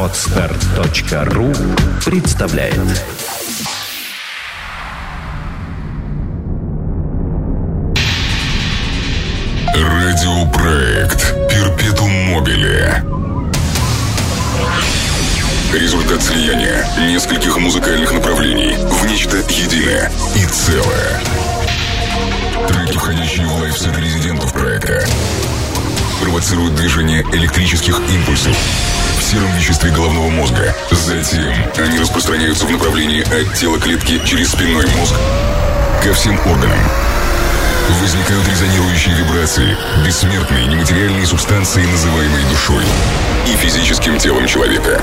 Podster.ru представляет. Радиопроект «Перпетум мобиле». Результат слияния нескольких музыкальных направлений в нечто единое и целое. Треки, входящие в лайфсет резидентов проекта, провоцируют движение электрических импульсов в сером веществе головного мозга. Затем они распространяются в направлении от тела клетки через спинной мозг ко всем органам. Возникают резонирующие вибрации бессмертной нематериальной субстанции, называемой душой, и физическим телом человека.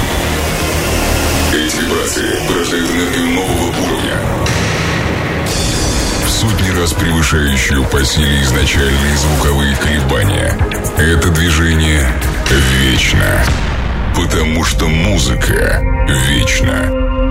Эти вибрации порождают энергию нового уровня, в сотни раз превышающую по силе изначальные звуковые колебания. Это движение вечно, потому что музыка вечна.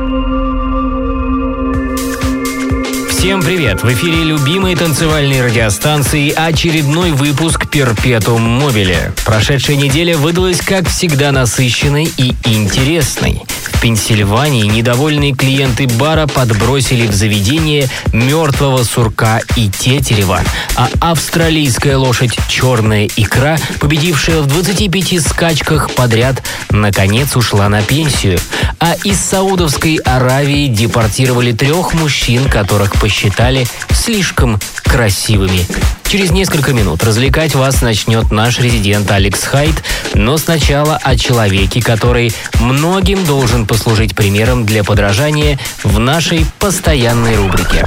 Всем привет! В эфире любимой танцевальной радиостанции очередной выпуск «Перпетум мобиле». Прошедшая неделя выдалась, как всегда, насыщенной и интересной. В Пенсильвании недовольные клиенты бара подбросили в заведение мертвого сурка и тетерева, а австралийская лошадь «Черная икра», победившая в 25 скачках подряд, наконец ушла на пенсию. А из Саудовской Аравии депортировали 3 мужчин, которых посчитали слишком красивыми. Через несколько минут развлекать вас начнет наш резидент Алекс Хайт, но сначала о человеке, который многим должен послужить примером для подражания в нашей постоянной рубрике.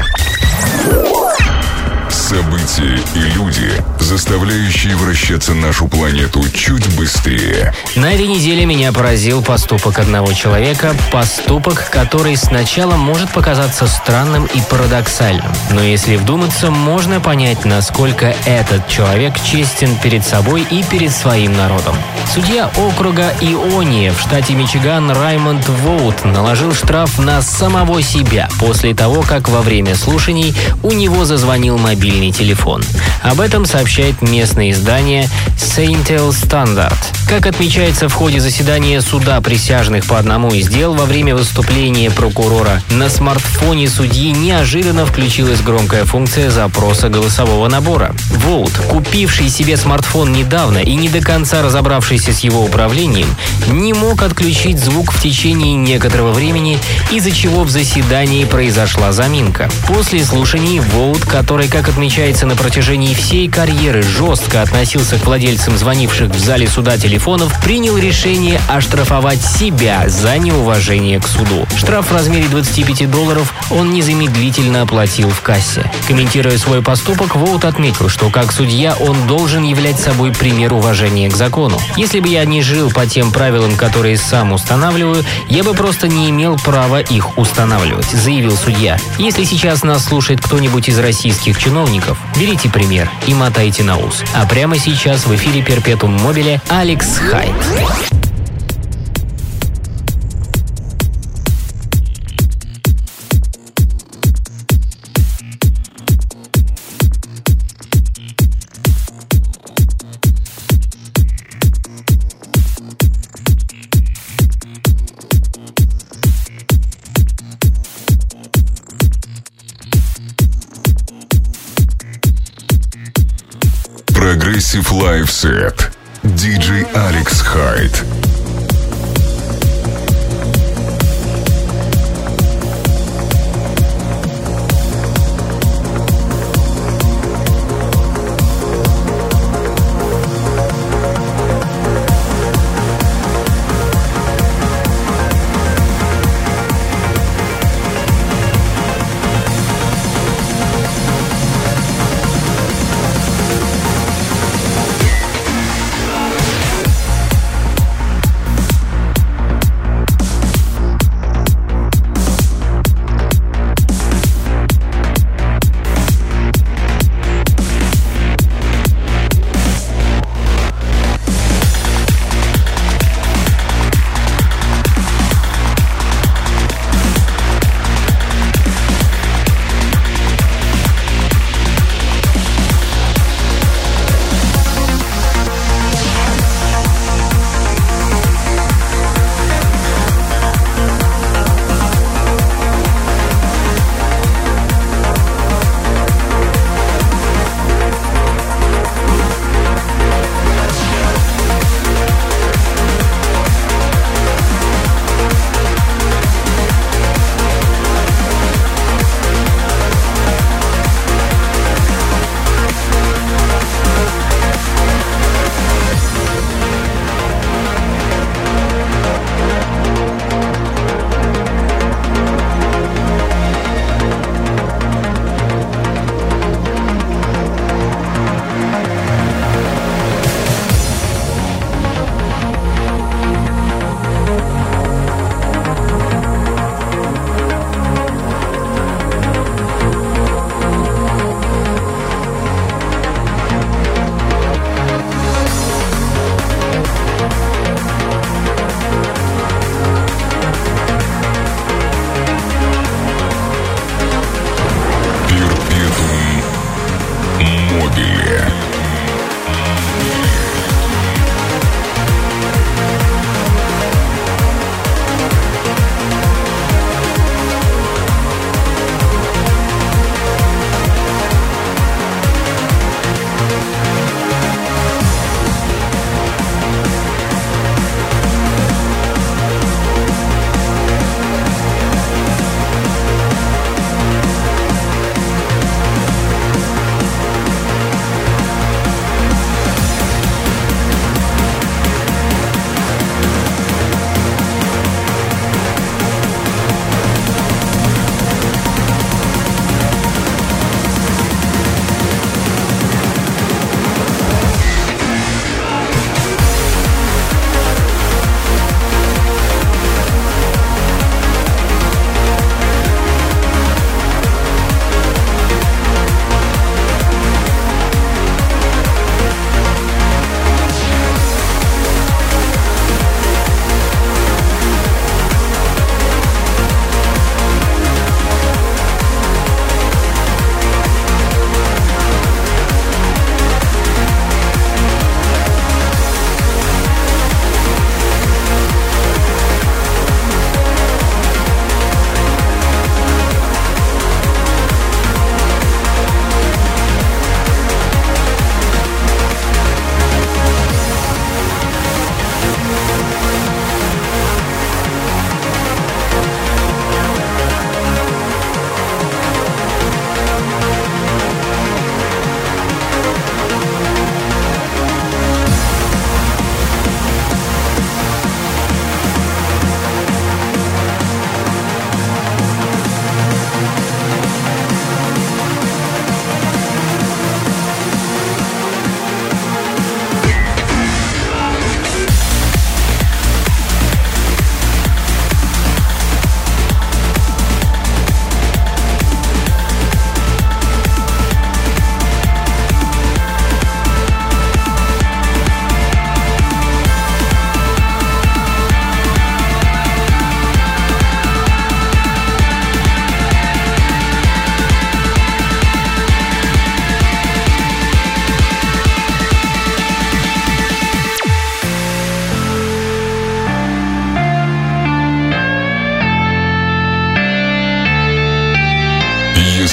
События и люди, заставляющие вращаться нашу планету чуть быстрее. На этой неделе меня поразил поступок одного человека, поступок, который сначала может показаться странным и парадоксальным. Но если вдуматься, можно понять, насколько этот человек честен перед собой и перед своим народом. Судья округа Иония в штате Мичиган Раймонд Воут наложил штраф на самого себя после того, как во время слушаний у него зазвонил мобильный телефон. Об этом сообщает местное издание Saintel Standard. Как отмечается в ходе заседания суда присяжных по одному из дел, во время выступления прокурора на смартфоне судьи неожиданно включилась громкая функция запроса голосового набора. Воут, купивший себе смартфон недавно и не до конца разобравшийся с его управлением, не мог отключить звук в течение некоторого времени, из-за чего в заседании произошла заминка. После слушаний Воут, который, как отмечается, на протяжении всей карьеры жестко относился к владельцам звонивших в зале суда телефонов, принял решение оштрафовать себя за неуважение к суду. Штраф в размере $25 он незамедлительно оплатил в кассе. Комментируя свой поступок, Воут отметил, что как судья он должен являть собой пример уважения к закону. «Если бы я не жил по тем правилам, которые сам устанавливаю, я бы просто не имел права их устанавливать», — заявил судья. «Если сейчас нас слушает кто-нибудь из российских чиновников, берите пример и мотайте на ус». А прямо сейчас в эфире «Перпетум мобиле» Алекс Хайт. Progressive Live Set. DJ Алекс Хайт.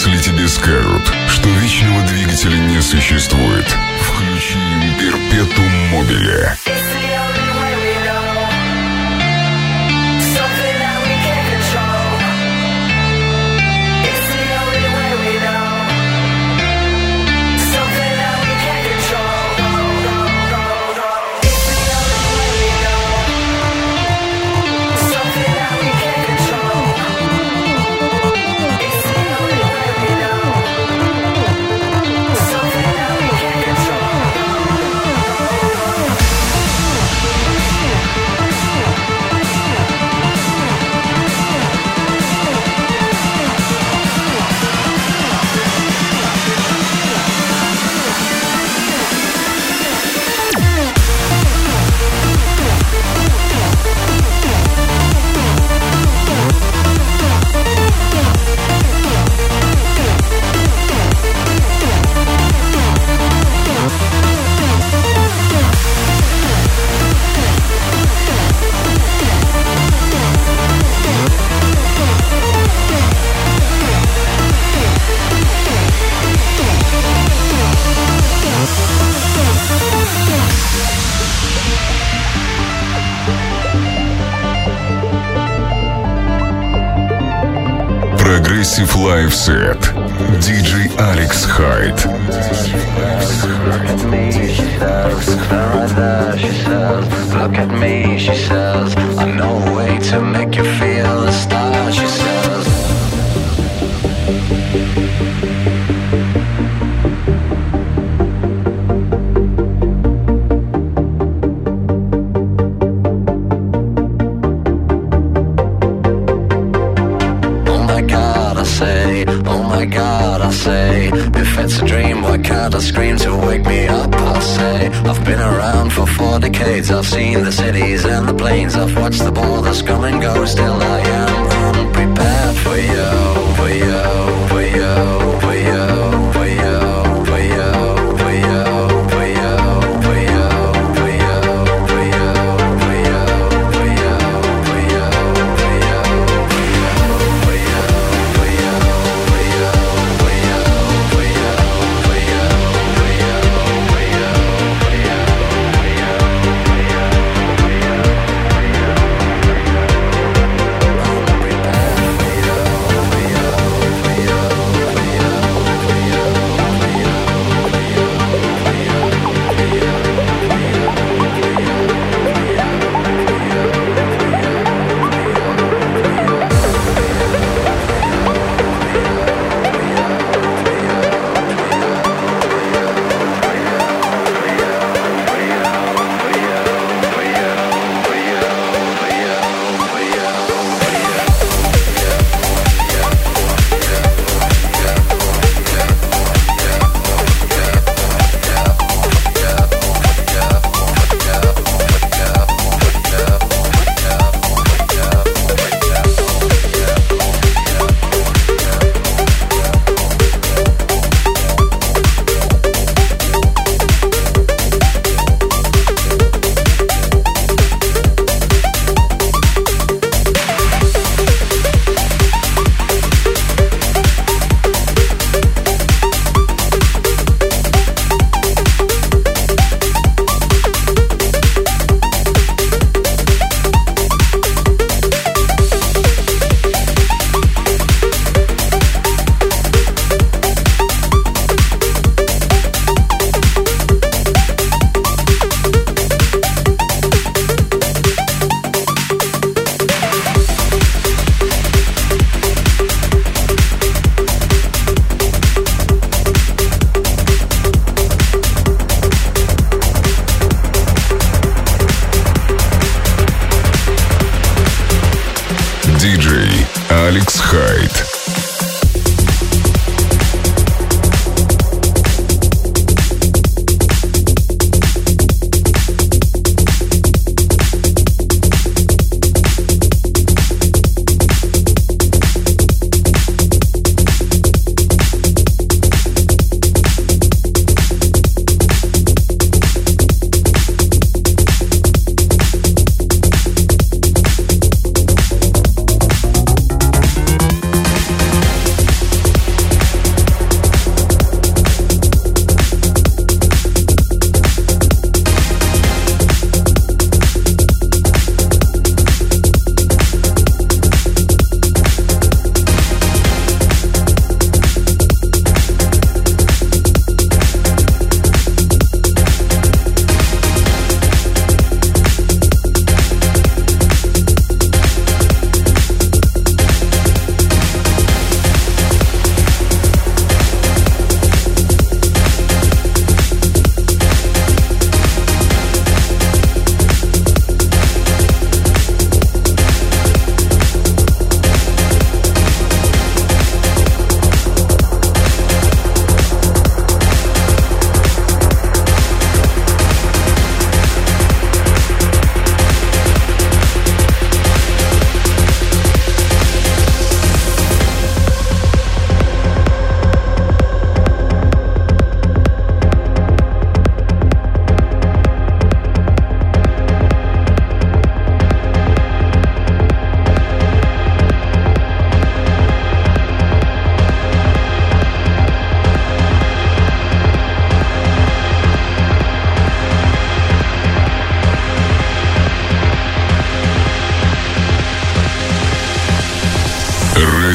Если тебе скажут, что вечного двигателя не существует, включи им перпетум мобиле. Progressive Live Set. DJ Alex Hyde. Look at me, she says. I know a way to make you feel a star, she says. If it's a dream, why can't I scream to wake me up? I'll say, I've been around for 4 decades. I've seen the cities and the plains. I've watched the borders come and go. Still I am unprepared for you, for you, for you, for you, for you, for you, for you, for you, for you, for you, for you, for you, for you, for you, for you, Alex Hyde.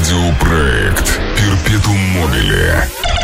Радиопроект «Перпетум мобиле».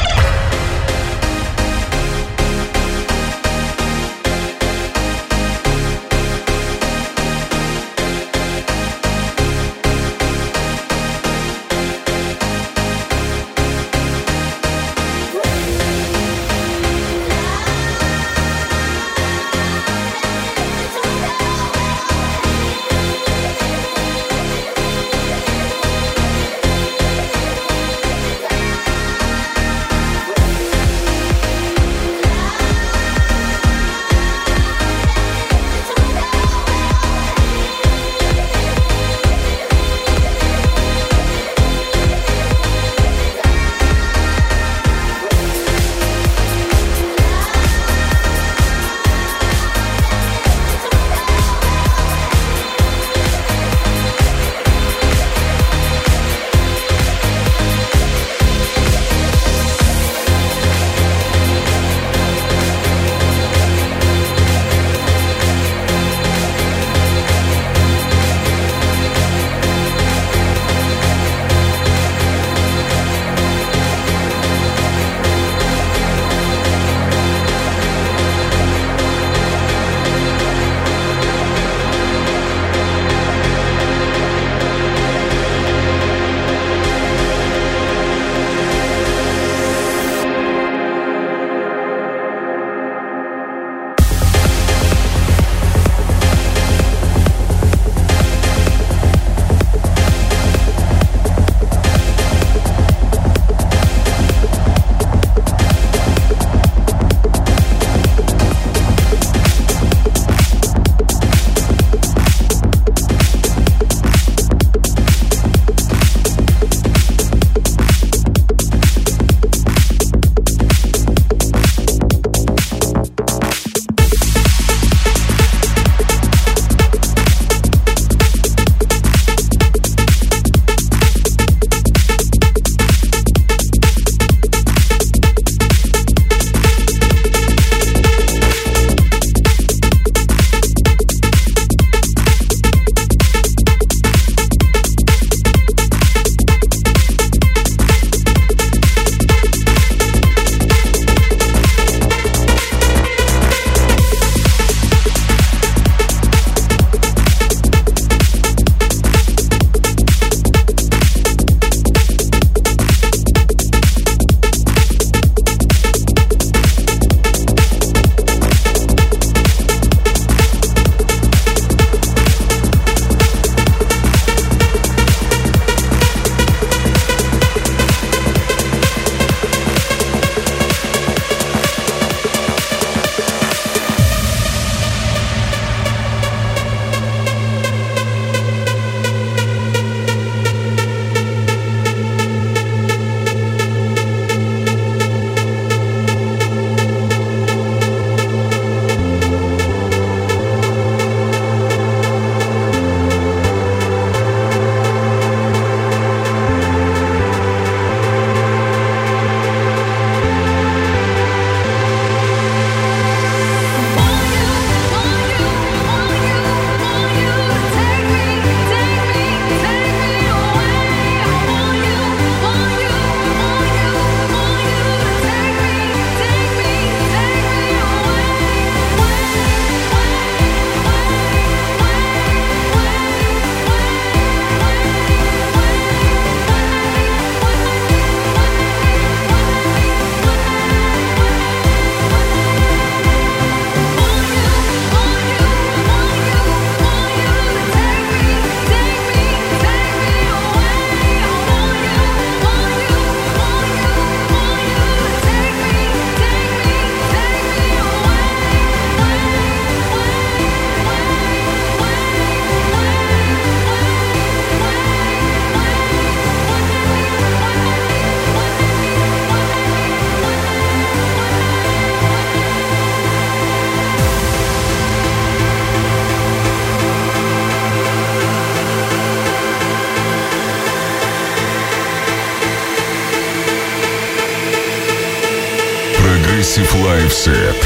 Progressive Live Set.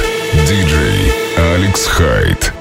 DJ Alex Hyde.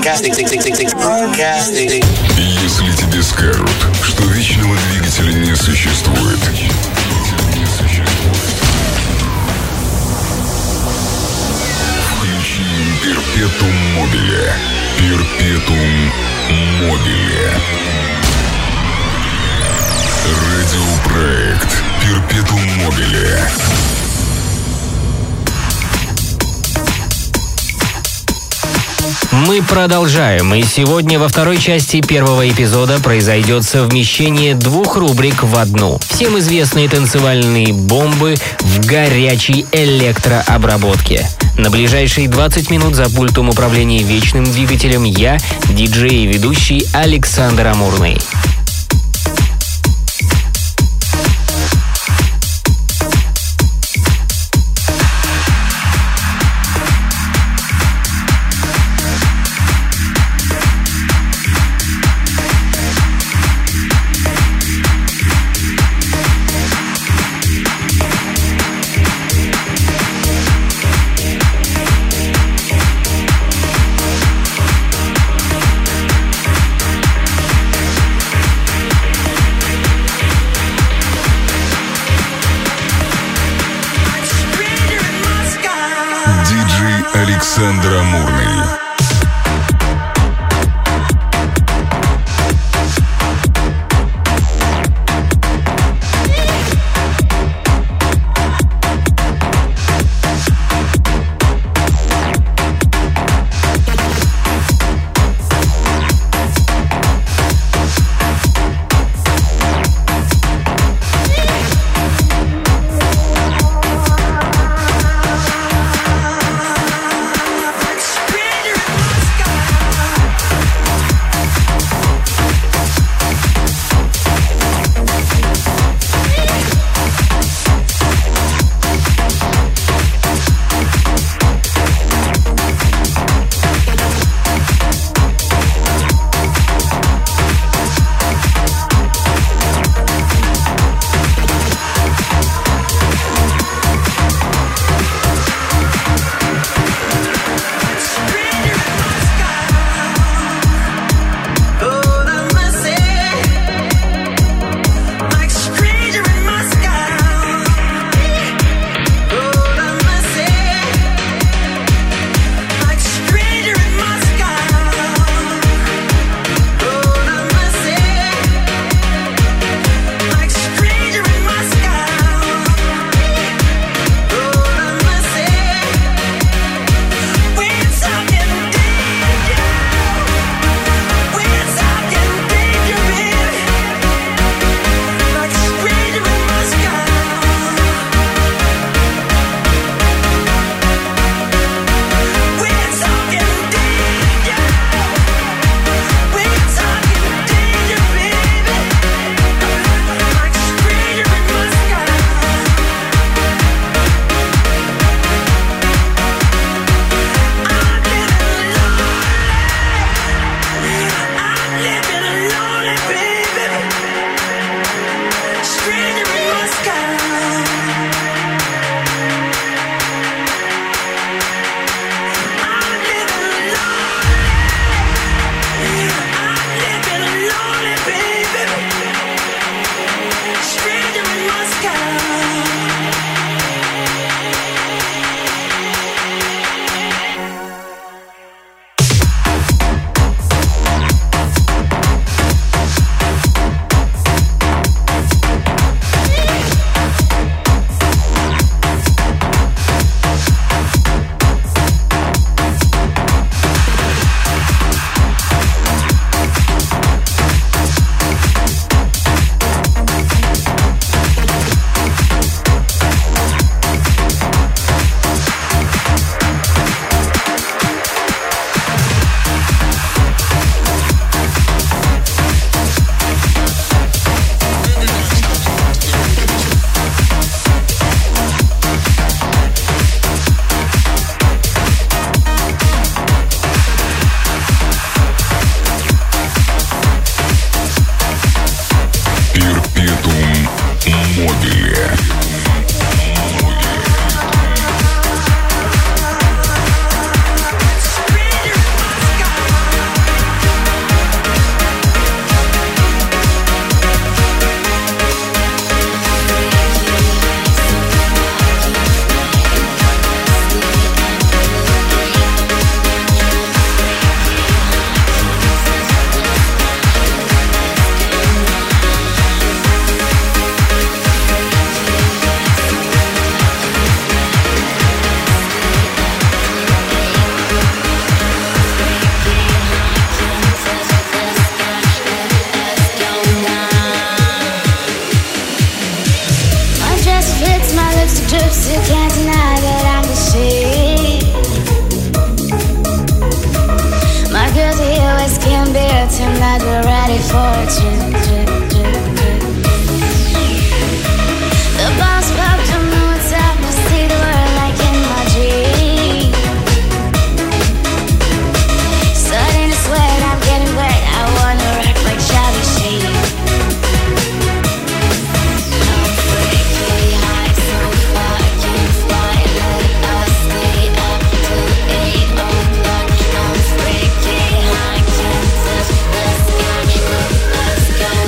Если тебе скажут, что вечного двигателя не существует, включи Перпетум Мобиле. Перпетум Мобиле. Радиопроект Перпетум Мобиле. Мы продолжаем, и сегодня во второй части первого эпизода произойдет совмещение двух рубрик в одну. Всем известные танцевальные бомбы в горячей электрообработке. На ближайшие 20 минут за пультом управления вечным двигателем я, диджей и ведущий Александр Амурный. Александр Амурный. Scream glad we're ready for a trip. The boss pop don't know what's up, I see the world like in my dream. Starting to sweat, I'm getting wet, I wanna rock like Charlie Sheen. I'm freaky high, so far I can't fly. Let us stay up till 8 o'clock. I'm freaky high, can't touch the sky. Let's go.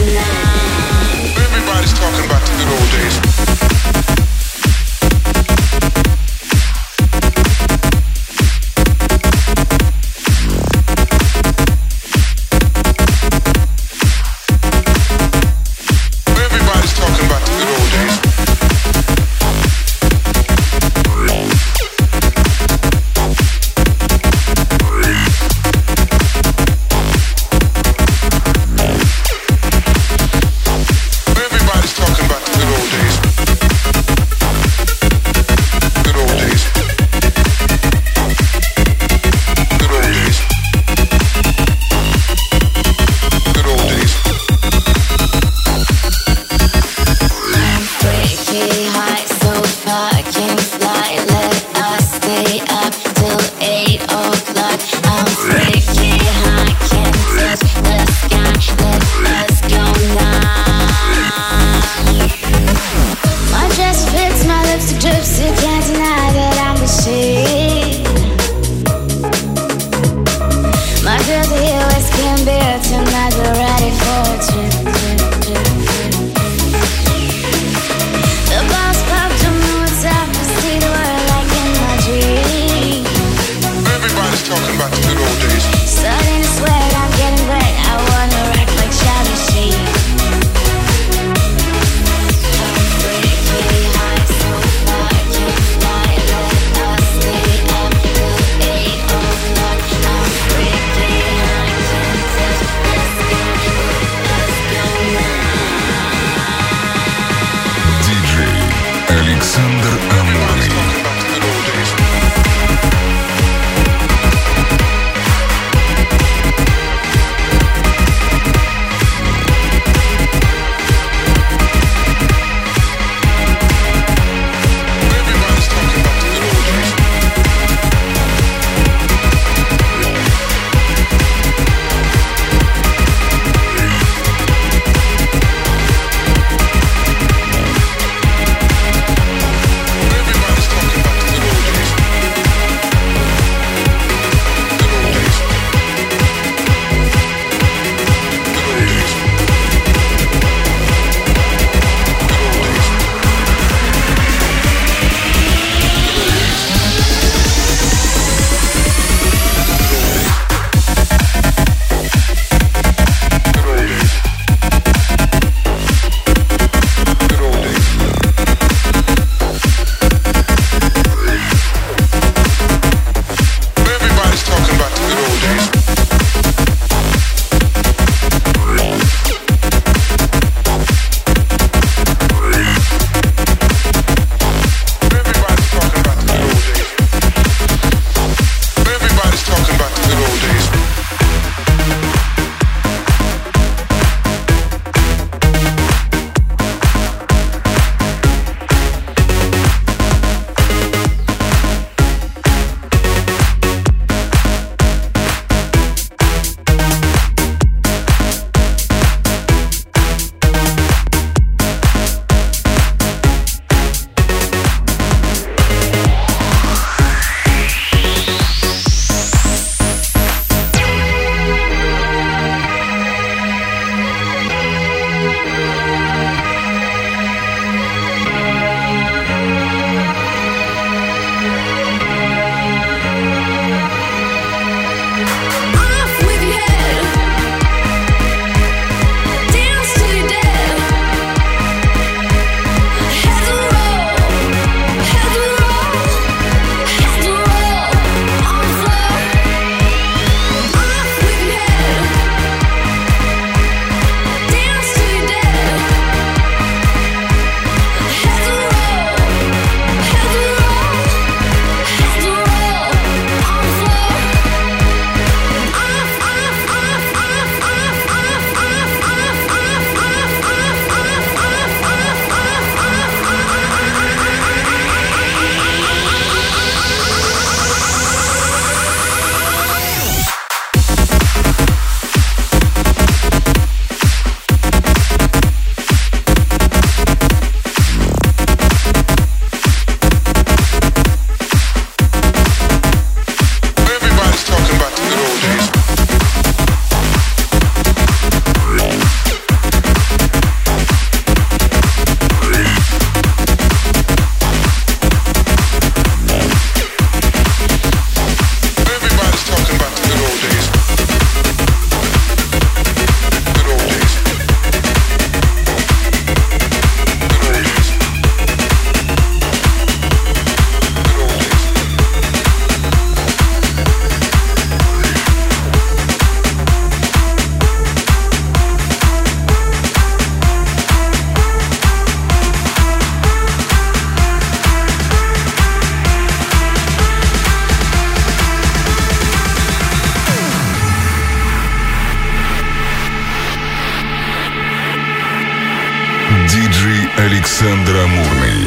Диджей Александр Амурный.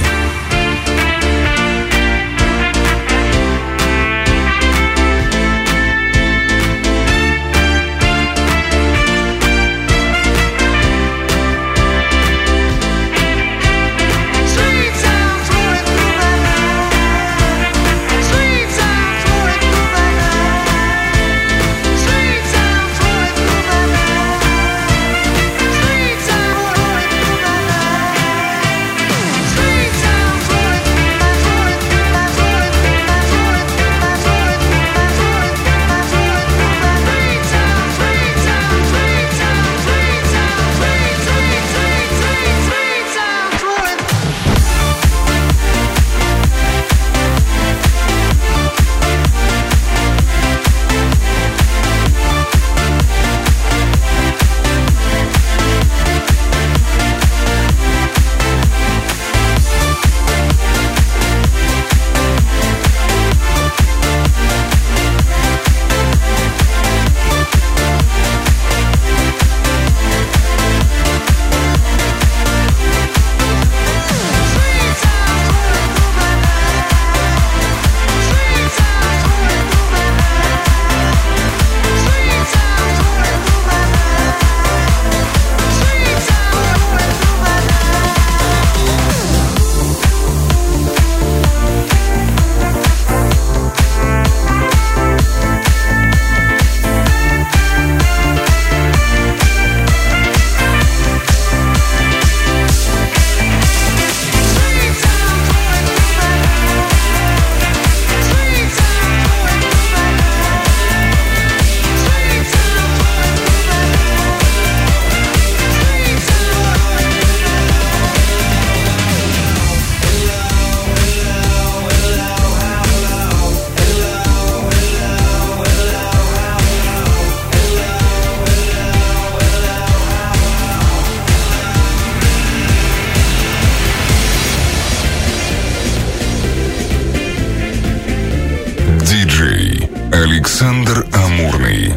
Александр Амурный.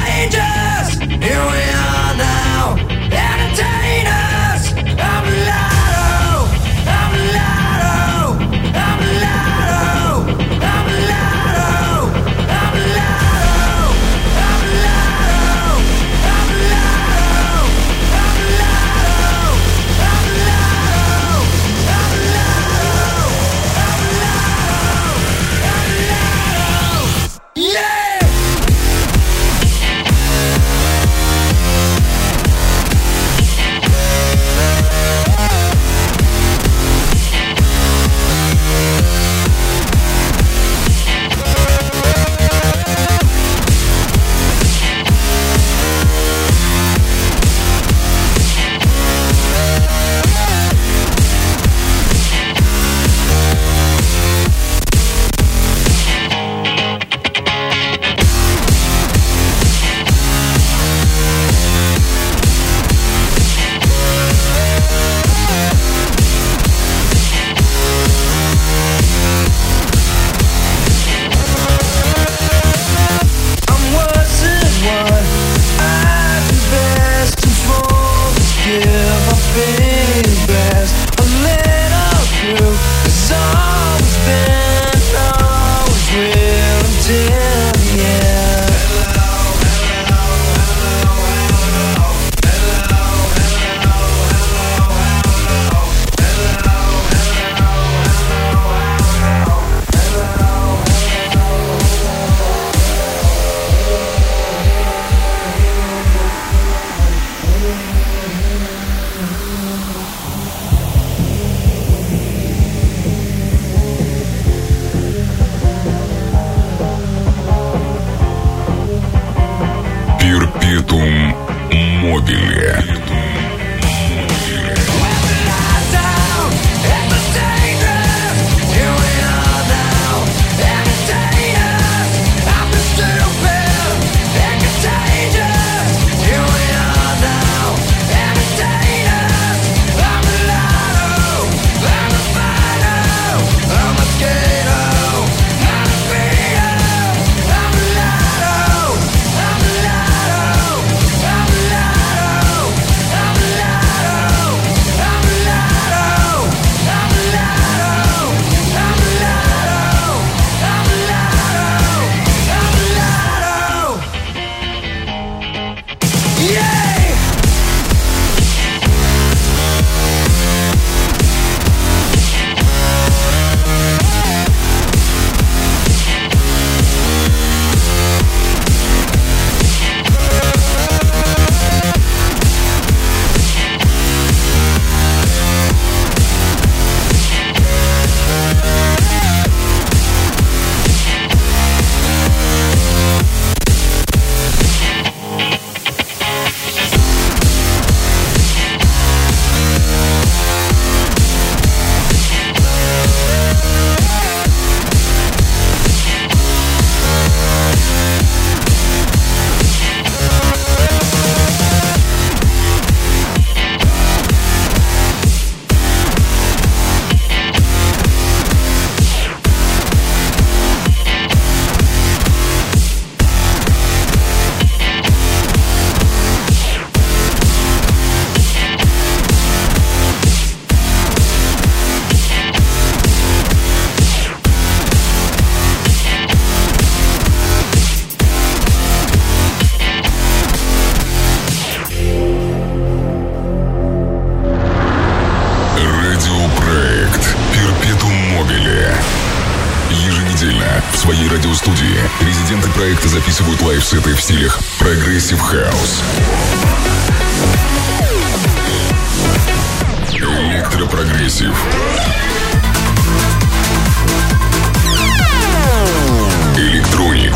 Here we are now, entertain us. I'm alive. своей радиостудии резиденты проекта записывают лайв-сеты в стилях прогрессив хаус, электропрогрессив, электроник,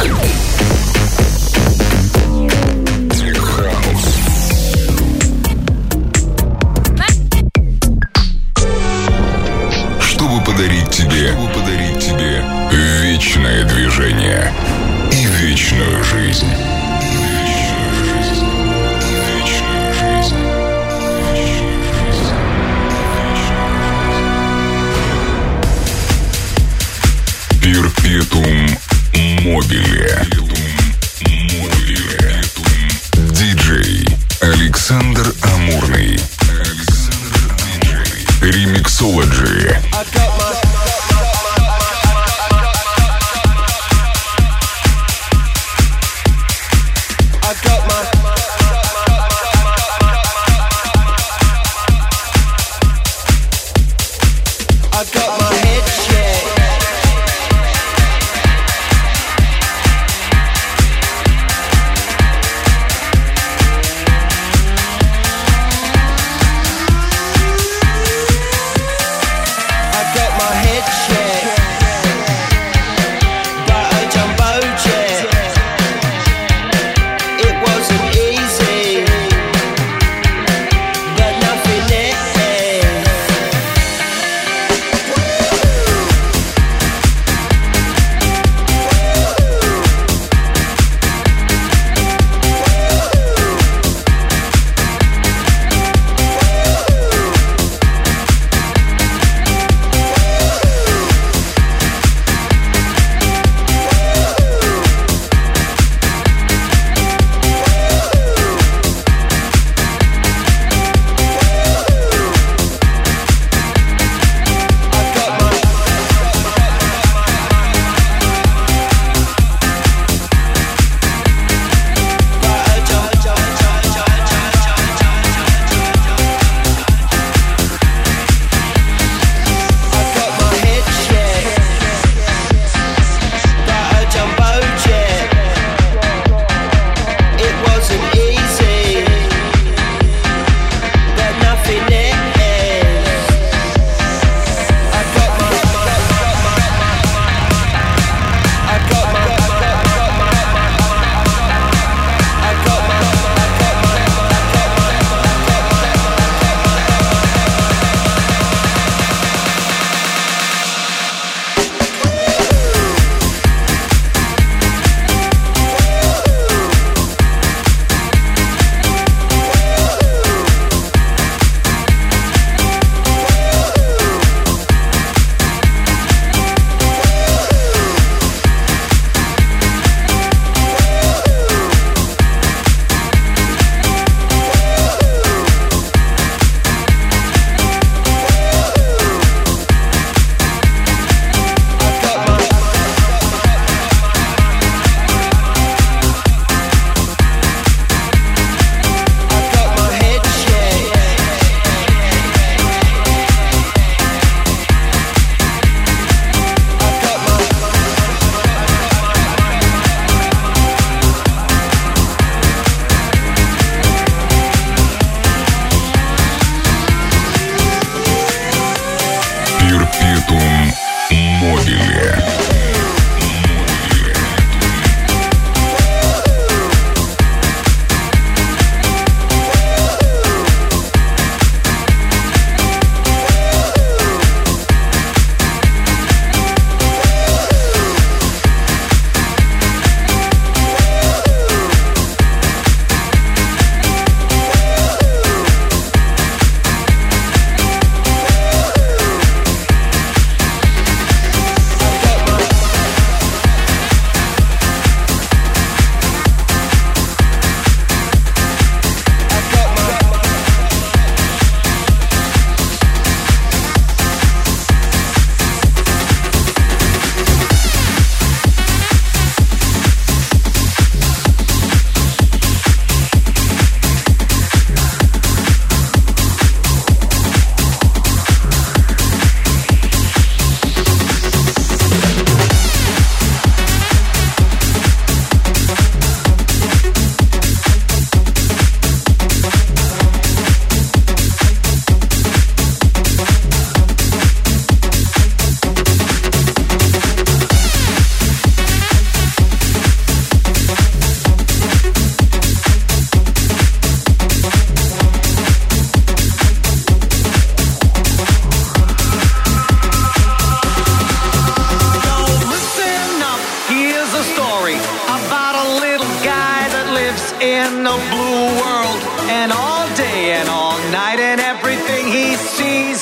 теххаус. Чтобы подарить тебе вечное движение и вечную жизнь. Перпетум мобиле. Диджей Александр Амурный. Ремиксологи.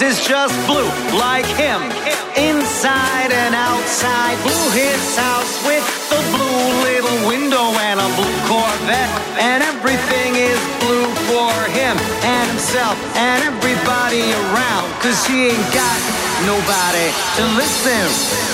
is just blue, like him. Inside and outside, blue his house with the blue little window and a blue Corvette. And everything is blue for him and himself and everybody around. 'Cause he ain't got nobody to listen.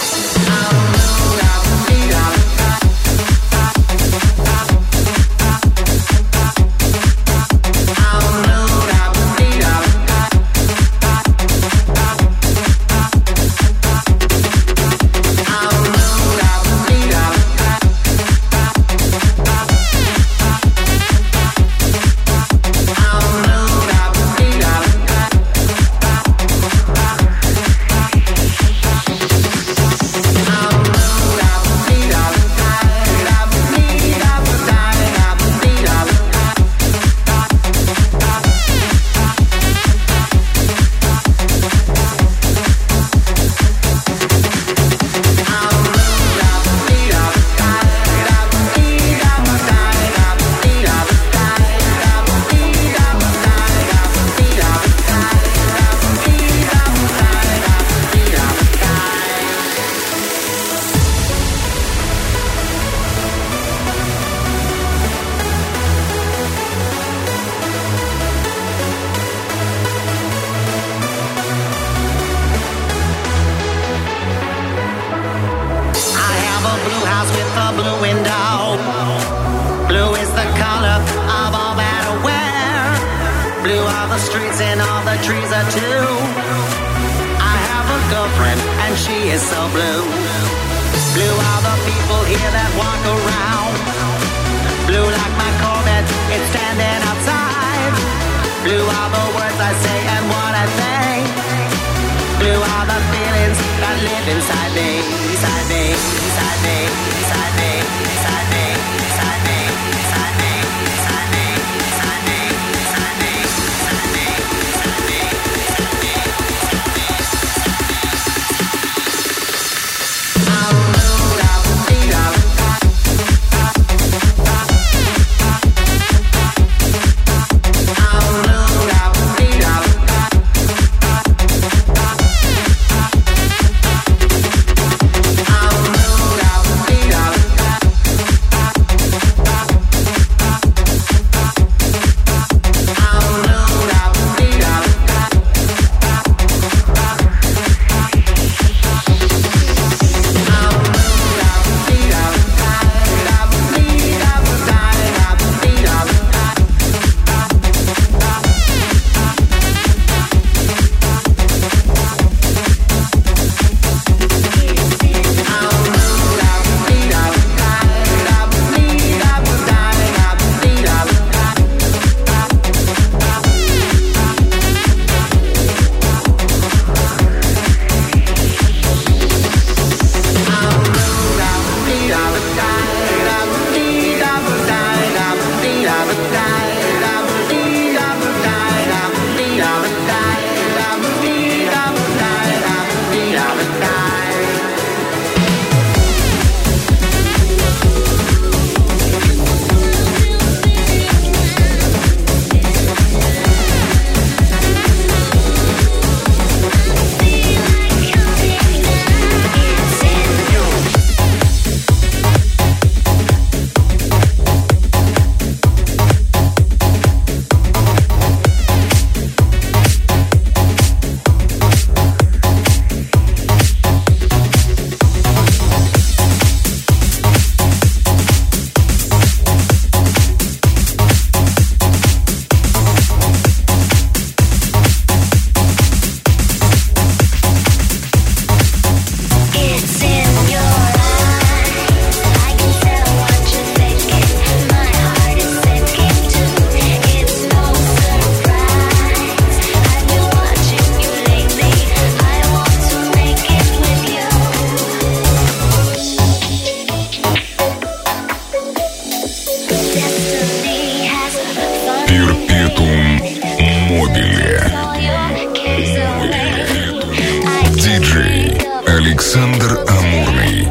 Александр Амурный.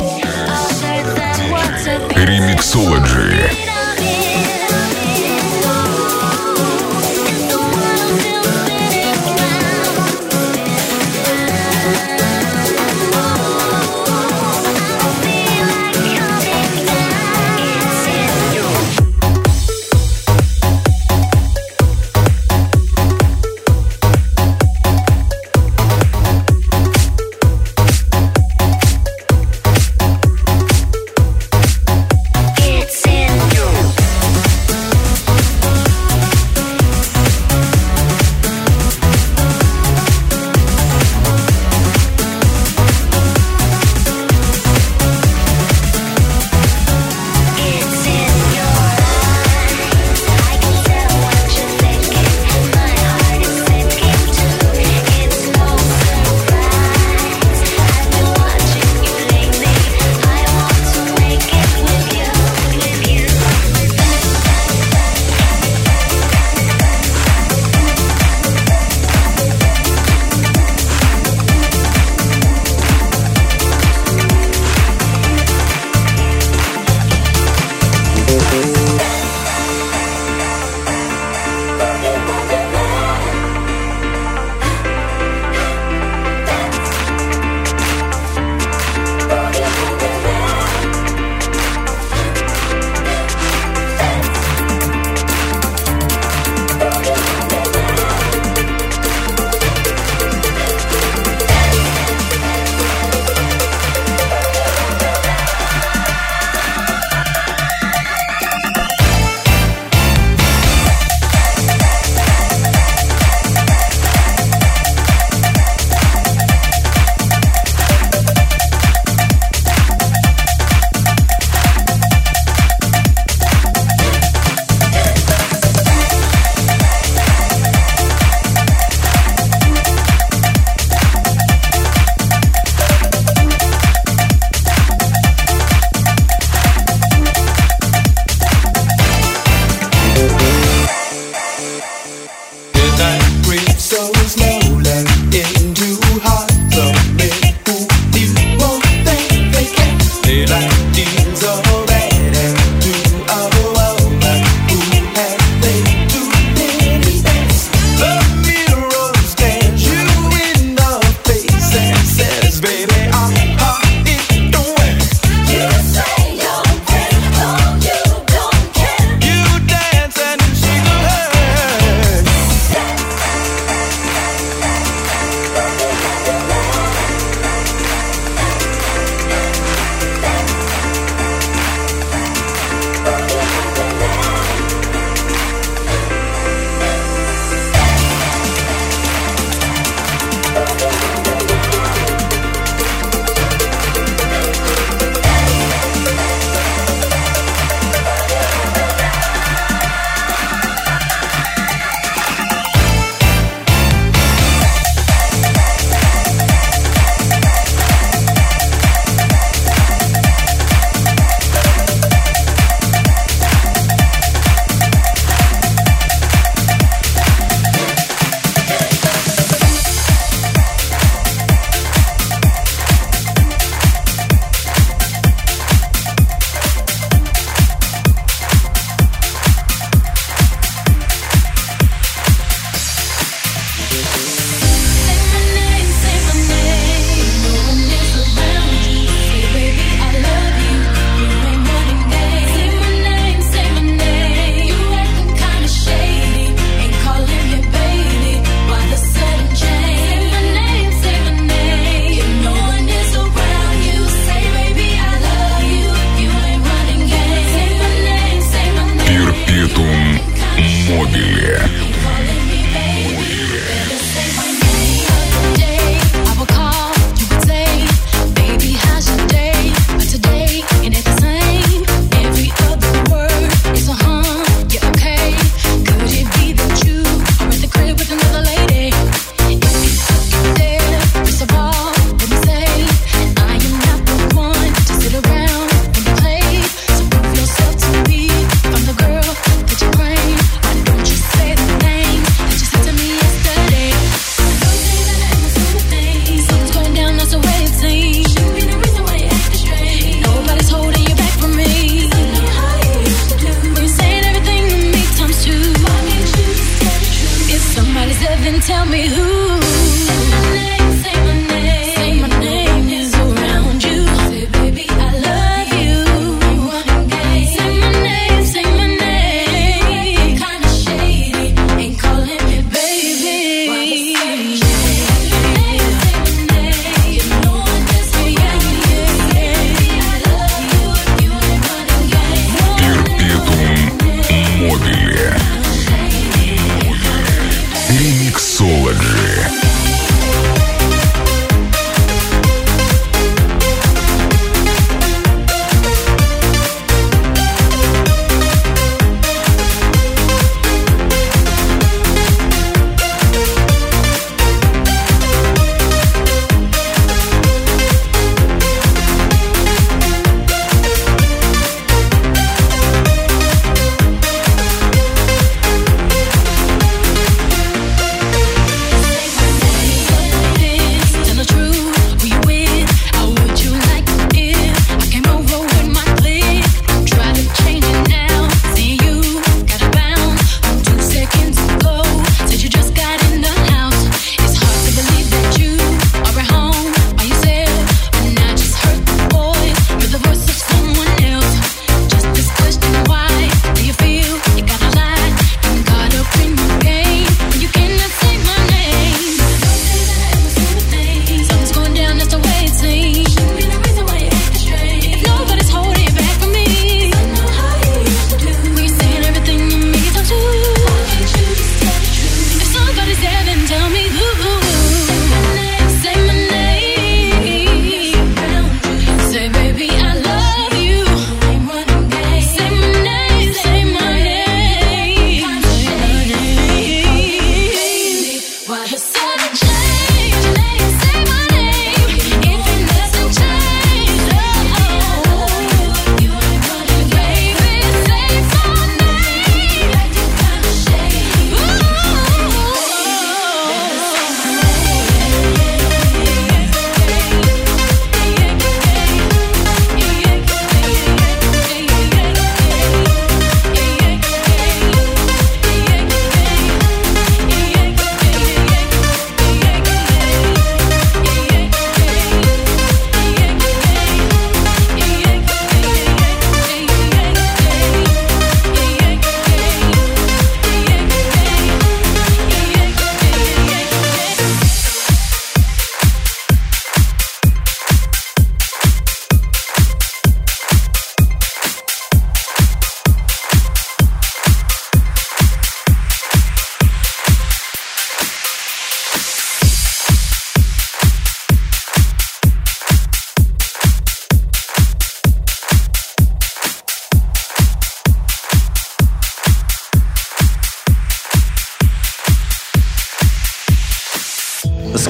Ремиксологи.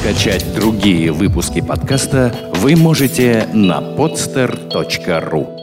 Скачать другие выпуски подкаста вы можете на podster.ru.